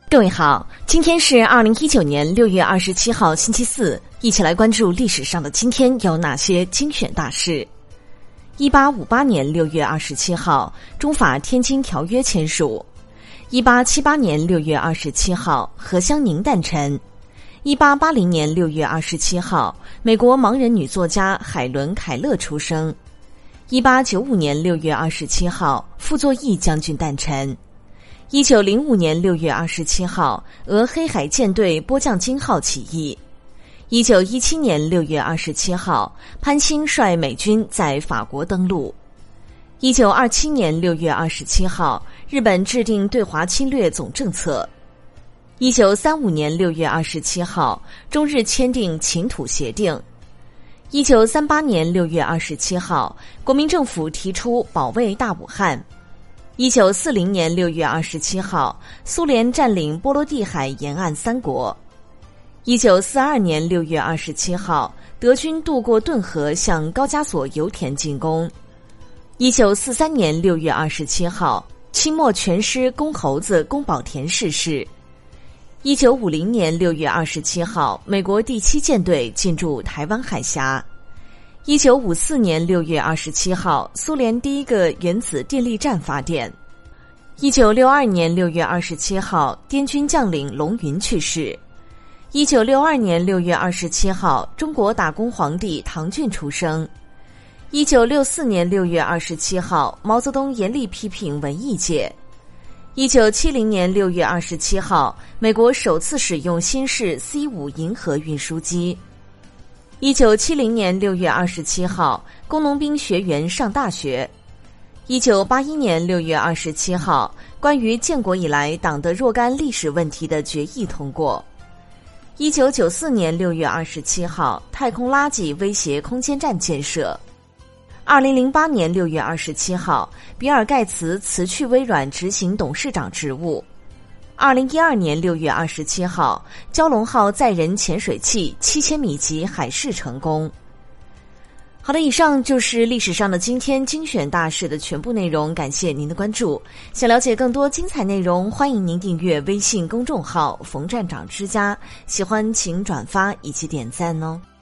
各位好，今天是2019年6月27号星期四，一起来关注历史上的今天有哪些精选大事。1858年6月27号，中法天津条约签署。1878年6月27号，何香凝诞辰。1880年6月27号，美国盲人女作家海伦·凯勒出生。1895年6月27号，傅作义将军诞辰。1905年6月27号，俄黑海舰队波将金号起义。1917年6月27号，潘兴率美军在法国登陆。1927年6月27号，日本制定对华侵略总政策。1935年6月27号，中日签订秦土协定。1938年6月27号，国民政府提出保卫大武汉。1940年6月27号，苏联占领波罗的海沿岸3国。1942年6月27号，德军渡过顿河向高加索油田进攻。1943年6月27号，清末拳师公猴子宫保田逝世。1950年6月27号，美国第7舰队进驻台湾海峡。1954年6月27号，苏联第一个原子电力站发电。1962年6月27号，滇军将领龙云去世。1962年6月27号，中国打工皇帝唐骏出生。1964年6月27号，毛泽东严厉批评文艺界。1970年6月27号，美国首次使用新式 C5 银河运输机。1970年6月27号，工农兵学员上大学。1981年6月27号，关于建国以来党的若干历史问题的决议通过。1994年6月27号，太空垃圾威胁空间站建设。2008年6月27号，比尔盖茨辞去微软执行董事长职务。2012年6月27号，蛟龙号载人潜水器7000米级海试成功。好的，以上就是历史上的今天精选大事的全部内容，感谢您的关注。想了解更多精彩内容，欢迎您订阅微信公众号冯站长之家，喜欢请转发以及点赞哦。